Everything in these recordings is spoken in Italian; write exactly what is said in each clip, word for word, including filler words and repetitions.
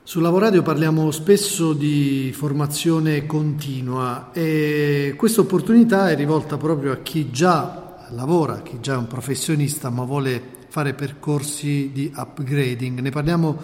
Su Lavoradio parliamo spesso di formazione continua e questa opportunità è rivolta proprio a chi già lavora, chi già è un professionista ma vuole fare percorsi di upgrading. Ne parliamo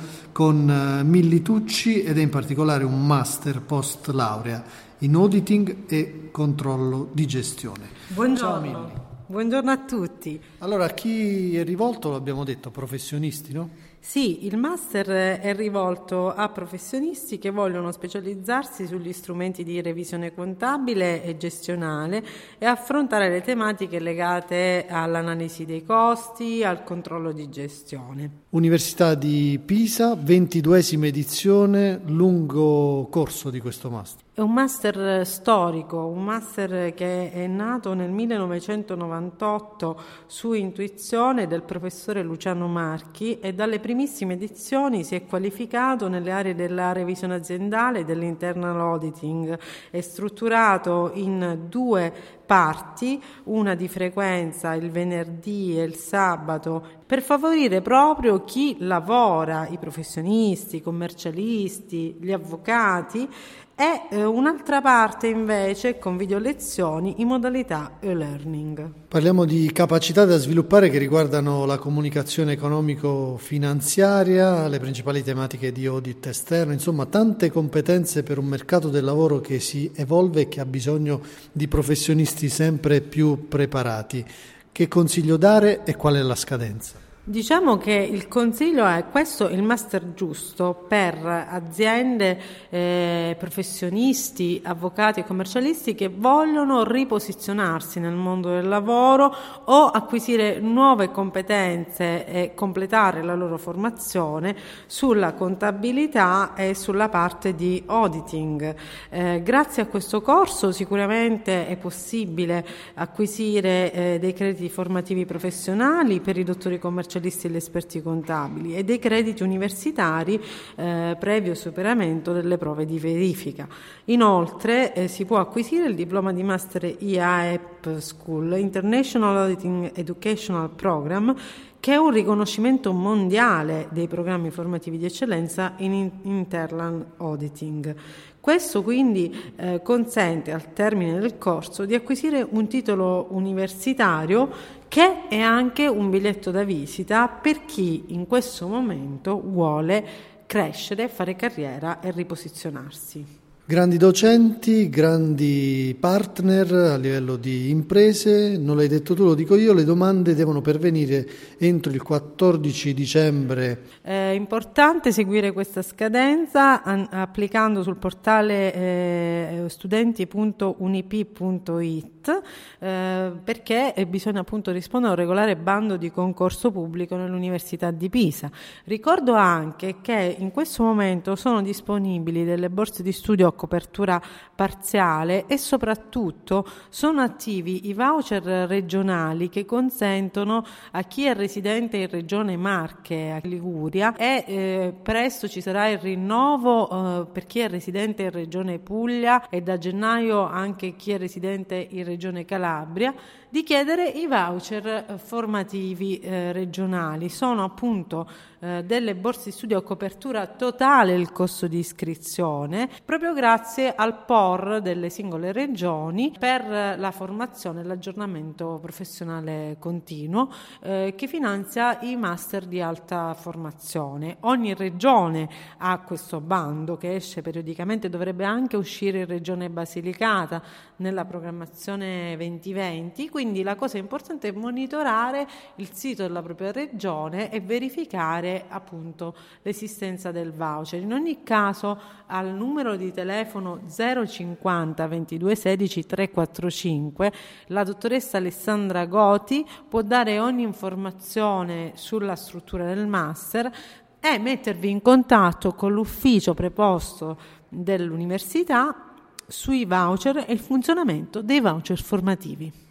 con Milly Tucci ed è in particolare un master post laurea in auditing e controllo di gestione. Buongiorno. Ciao Milly. Buongiorno a tutti. Allora, a chi è rivolto, l'abbiamo detto, professionisti, no? Sì, il master è rivolto a professionisti che vogliono specializzarsi sugli strumenti di revisione contabile e gestionale e affrontare le tematiche legate all'analisi dei costi, al controllo di gestione. Università di Pisa, ventiduesima edizione, lungo corso di questo master. È un master storico, un master che è nato nel millenovecentonovantotto su intuizione del professore Luciano Marchi e dalle primissime edizioni si è qualificato nelle aree della revisione aziendale e dell'internal auditing. È strutturato in due parti, una di frequenza il venerdì e il sabato, per favorire proprio chi lavora, i professionisti, i commercialisti, gli avvocati, e eh, un'altra parte invece con video lezioni in modalità e-learning. Parliamo di capacità da sviluppare che riguardano la comunicazione economico-finanziaria, le principali tematiche di audit esterno, insomma tante competenze per un mercato del lavoro che si evolve e che ha bisogno di professionisti sempre più preparati. Che consiglio dare e qual è la scadenza? Diciamo che il consiglio è questo è il master giusto per aziende, eh, professionisti, avvocati e commercialisti che vogliono riposizionarsi nel mondo del lavoro o acquisire nuove competenze e completare la loro formazione sulla contabilità e sulla parte di auditing. Eh, grazie a questo corso sicuramente è possibile acquisire eh, dei crediti formativi professionali per i dottori commercialisti e gli esperti contabili e dei crediti universitari eh, previo superamento delle prove di verifica. Inoltre eh, si può acquisire il diploma di master I A E P School, International Auditing Educational Program, che è un riconoscimento mondiale dei programmi formativi di eccellenza in internal auditing. Questo quindi eh, consente al termine del corso di acquisire un titolo universitario che è anche un biglietto da visita per chi in questo momento vuole crescere, fare carriera e riposizionarsi. Grandi docenti, grandi partner a livello di imprese, non l'hai detto tu, lo dico io, le domande devono pervenire entro il quattordici dicembre. È importante seguire questa scadenza an- applicando sul portale eh, studenti punto unip punto it eh, perché bisogna appunto rispondere a un regolare bando di concorso pubblico nell'Università di Pisa. Ricordo anche che in questo momento sono disponibili delle borse di studio a copertura parziale e soprattutto sono attivi i voucher regionali che consentono a chi è residente in Regione Marche, a Liguria, e eh, presto ci sarà il rinnovo eh, per chi è residente in Regione Puglia e da gennaio anche chi è residente in Regione Calabria, di chiedere i voucher formativi eh, regionali. Sono appunto eh, delle borse di studio a copertura totale il costo di iscrizione, proprio grazie al P O R delle singole regioni per la formazione e l'aggiornamento professionale continuo eh, che finanzia i master di alta formazione. Ogni regione ha questo bando che esce periodicamente, dovrebbe anche uscire in Regione Basilicata nella programmazione venti venti, quindi la cosa importante è monitorare il sito della propria regione e verificare appunto l'esistenza del voucher. In ogni caso al numero di telefono zero cinquanta ventidue sedici trequatrocinque la dottoressa Alessandra Goti può dare ogni informazione sulla struttura del master e mettervi in contatto con l'ufficio preposto dell'università sui voucher e il funzionamento dei voucher formativi.